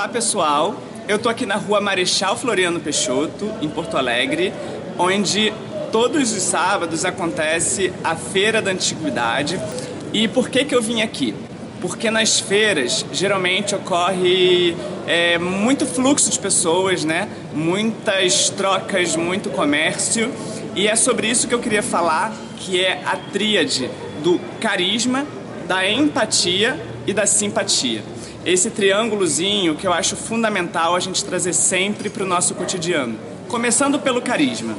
Olá pessoal, eu tô aqui na rua Marechal Floriano Peixoto, em Porto Alegre, onde todos os sábados acontece a Feira da Antiguidade. E por que eu vim aqui? Porque nas feiras geralmente ocorre muito fluxo de pessoas, né? Muitas trocas, muito comércio. E é sobre isso que eu queria falar, que é a tríade do carisma, da empatia e da simpatia. Esse triângulozinho que eu acho fundamental a gente trazer sempre para o nosso cotidiano. Começando pelo carisma.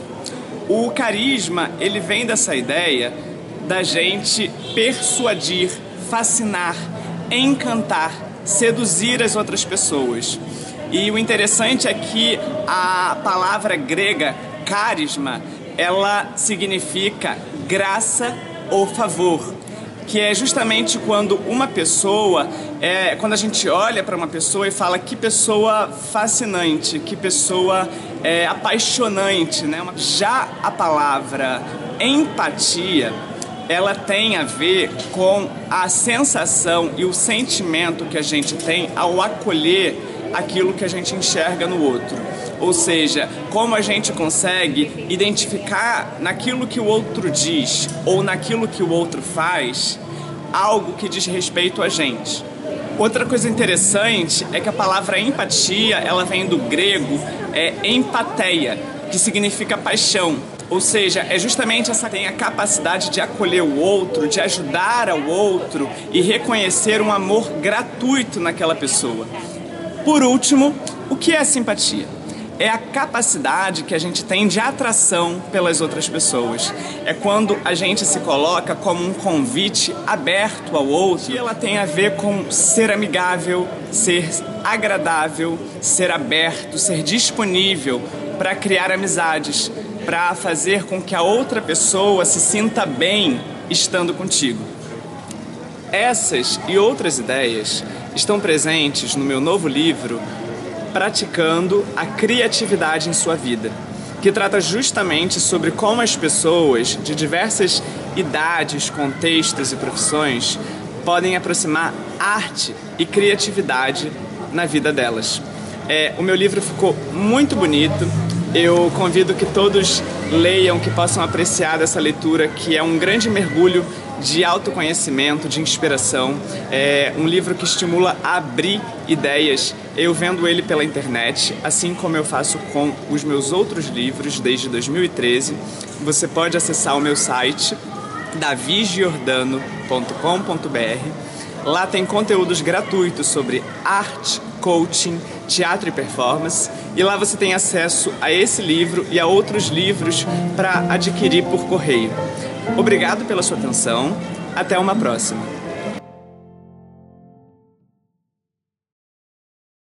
O carisma, ele vem dessa ideia da gente persuadir, fascinar, encantar, seduzir as outras pessoas. E o interessante é que a palavra grega carisma, ela significa graça ou favor, que é justamente quando uma pessoa, quando a gente olha para uma pessoa e fala que pessoa fascinante, que pessoa apaixonante, né? Já a palavra empatia, ela tem a ver com a sensação e o sentimento que a gente tem ao acolher aquilo que a gente enxerga no outro. Ou seja, como a gente consegue identificar naquilo que o outro diz ou naquilo que o outro faz algo que diz respeito a gente. Outra coisa interessante é que a palavra empatia, ela vem do grego empatheia, que significa paixão. Ou seja, é justamente essa que tem a capacidade de acolher o outro, de ajudar ao outro e reconhecer um amor gratuito naquela pessoa. Por último, o que é a simpatia? É a capacidade que a gente tem de atração pelas outras pessoas. É quando a gente se coloca como um convite aberto ao outro. E ela tem a ver com ser amigável, ser agradável, ser aberto, ser disponível para criar amizades, para fazer com que a outra pessoa se sinta bem estando contigo. Essas e outras ideias estão presentes no meu novo livro, Praticando a Criatividade em Sua Vida, que trata justamente sobre como as pessoas de diversas idades, contextos e profissões podem aproximar arte e criatividade na vida delas. O meu livro ficou muito bonito, eu convido que todos leiam, que possam apreciar dessa leitura, que é um grande mergulho de autoconhecimento, de inspiração. É um livro que estimula a abrir ideias. Eu vendo ele pela internet, assim como eu faço com os meus outros livros desde 2013. Você pode acessar o meu site, davigiordano.com.br. Lá tem conteúdos gratuitos sobre arte, coaching, teatro e performance. E lá você tem acesso a esse livro e a outros livros para adquirir por correio. Obrigado pela sua atenção. Até uma próxima.